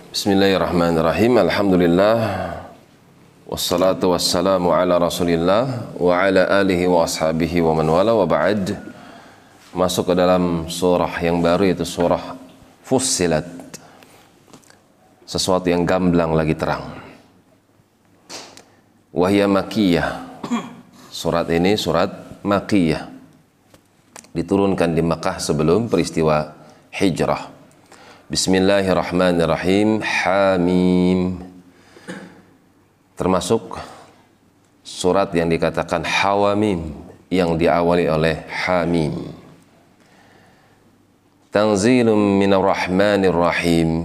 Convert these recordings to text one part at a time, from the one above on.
Bismillahirrahmanirrahim. Alhamdulillah. Wassalatu wassalamu ala Rasulillah wa ala alihi wa ashabihi wa man wala wa ba'd. Masuk ke dalam surah yang baru, yaitu surah Fussilat. Sesuatu yang gamblang lagi terang. Wahya Makkiyah. Surat ini surat Makkiyah. Diturunkan di Makkah sebelum peristiwa hijrah. Bismillahirrahmanirrahim. Hamim. Termasuk surat yang dikatakan Hawamim, yang diawali oleh Hamim. Tanzilum minar rahmanir rahim.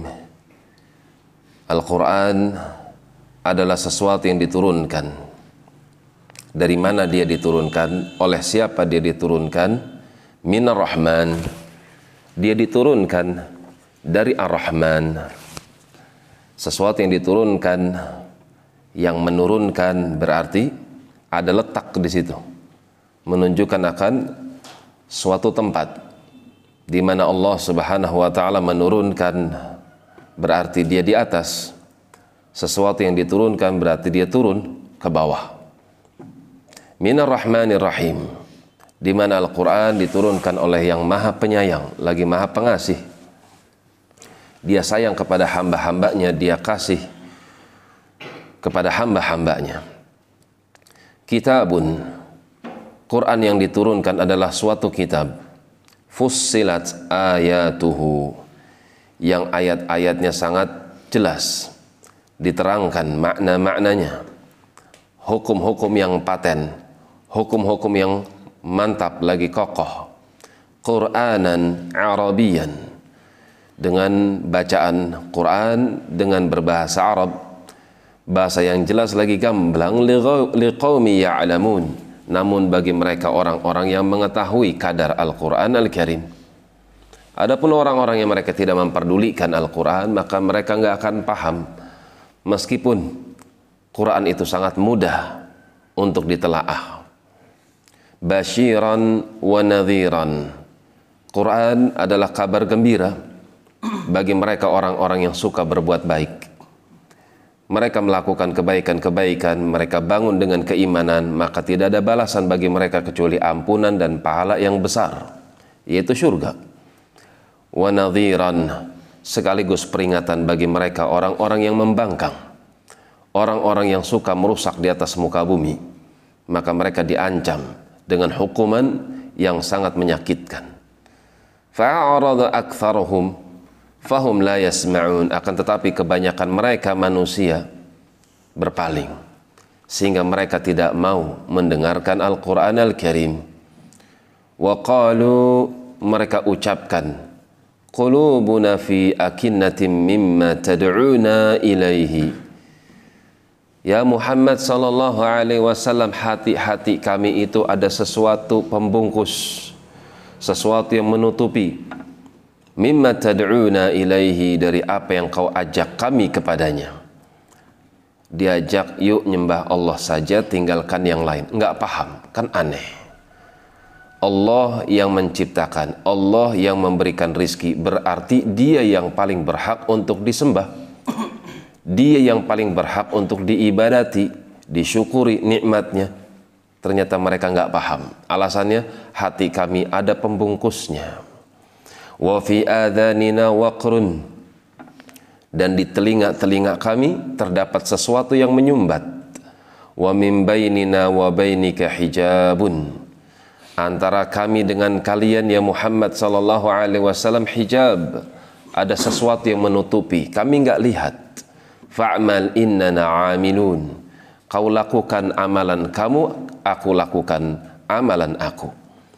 Al-Quran adalah sesuatu yang diturunkan. Dari mana dia diturunkan? Oleh siapa dia diturunkan? Minar rahman. Dia diturunkan dari Ar-Rahman. Sesuatu yang diturunkan, yang menurunkan berarti ada letak di situ, menunjukkan akan suatu tempat di mana Allah Subhanahu wa taala menurunkan, berarti dia di atas. Sesuatu yang diturunkan berarti dia turun ke bawah. Minar Rahmanir Rahim, di mana Al-Quran diturunkan oleh yang Maha Penyayang lagi Maha Pengasih. Dia sayang kepada hamba-hambanya, dia kasih kepada hamba-hambanya. Kitabun, Quran yang diturunkan adalah suatu kitab. Fussilat ayatuhu, yang ayat-ayatnya sangat jelas, diterangkan makna-maknanya. Hukum-hukum yang paten, hukum-hukum yang mantap lagi kokoh. Qur'anan Arabiyan, dengan bacaan Quran dengan berbahasa Arab, bahasa yang jelas lagi gamblang. Liqaumi ya'lamun, namun bagi mereka orang-orang yang mengetahui kadar Al-Quran Al-Karim. Adapun orang-orang yang mereka tidak memperdulikan Al-Quran, maka mereka nggak akan paham, meskipun Quran itu sangat mudah untuk ditelaah. Basyiran wa nadhiran, Quran adalah kabar gembira bagi mereka orang-orang yang suka berbuat baik. Mereka melakukan kebaikan-kebaikan, mereka bangun dengan keimanan, maka tidak ada balasan bagi mereka kecuali ampunan dan pahala yang besar, yaitu surga. Wa nadhiran, sekaligus peringatan bagi mereka orang-orang yang membangkang, orang-orang yang suka merusak di atas muka bumi, maka mereka diancam dengan hukuman yang sangat menyakitkan. Fa'arada aktsaruhum fahum la yasma'un, akan tetapi kebanyakan mereka manusia berpaling sehingga mereka tidak mau mendengarkan Al-Quran Al-Karim. Wa qalu, mereka ucapkan, qulubuna fi akinnatin mimma tad'una ilaihi. Ya Muhammad sallallahu alaihi wasallam, hati-hati kami itu ada sesuatu pembungkus, sesuatu yang menutupi. Mimma tad'una ilaihi, dari apa yang kau ajak kami kepadanya. Diajak yuk nyembah Allah saja, tinggalkan yang lain, nggak paham, kan aneh. Allah yang menciptakan, Allah yang memberikan rizki, berarti dia yang paling berhak untuk disembah, dia yang paling berhak untuk diibadati, disyukuri nikmatnya. Ternyata mereka nggak paham. Alasannya, hati kami ada pembungkusnya. Wa fi adhanina waqrun, dan di telinga-telinga kami terdapat sesuatu yang menyumbat. Wa min bainina wa bainika hijabun, antara kami dengan kalian ya Muhammad sallallahu alaihi wasallam hijab, ada sesuatu yang menutupi, kami enggak lihat. Fa'mal innana 'amilun, kau lakukan amalan kamu, aku lakukan amalan aku.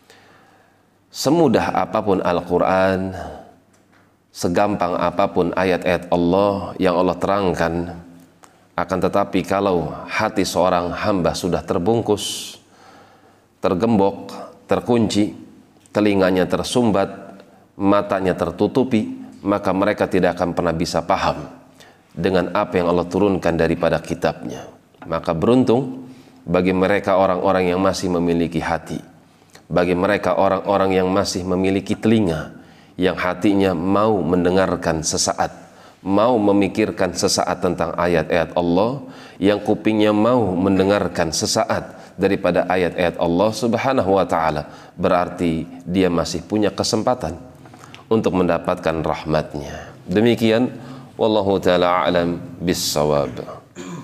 Semudah apapun Al-Quran, segampang apapun ayat-ayat Allah yang Allah terangkan, akan tetapi kalau hati seorang hamba sudah terbungkus, tergembok, terkunci, telinganya tersumbat, matanya tertutupi, maka mereka tidak akan pernah bisa paham dengan apa yang Allah turunkan daripada kitabnya. Maka beruntung bagi mereka orang-orang yang masih memiliki hati, bagi mereka orang-orang yang masih memiliki telinga, yang hatinya mau mendengarkan sesaat, mau memikirkan sesaat tentang ayat-ayat Allah, yang kupingnya mau mendengarkan sesaat daripada ayat-ayat Allah Subhanahu wa ta'ala, berarti dia masih punya kesempatan untuk mendapatkan rahmatnya. Demikian, wallahu ta'ala a'lam bis-shawab.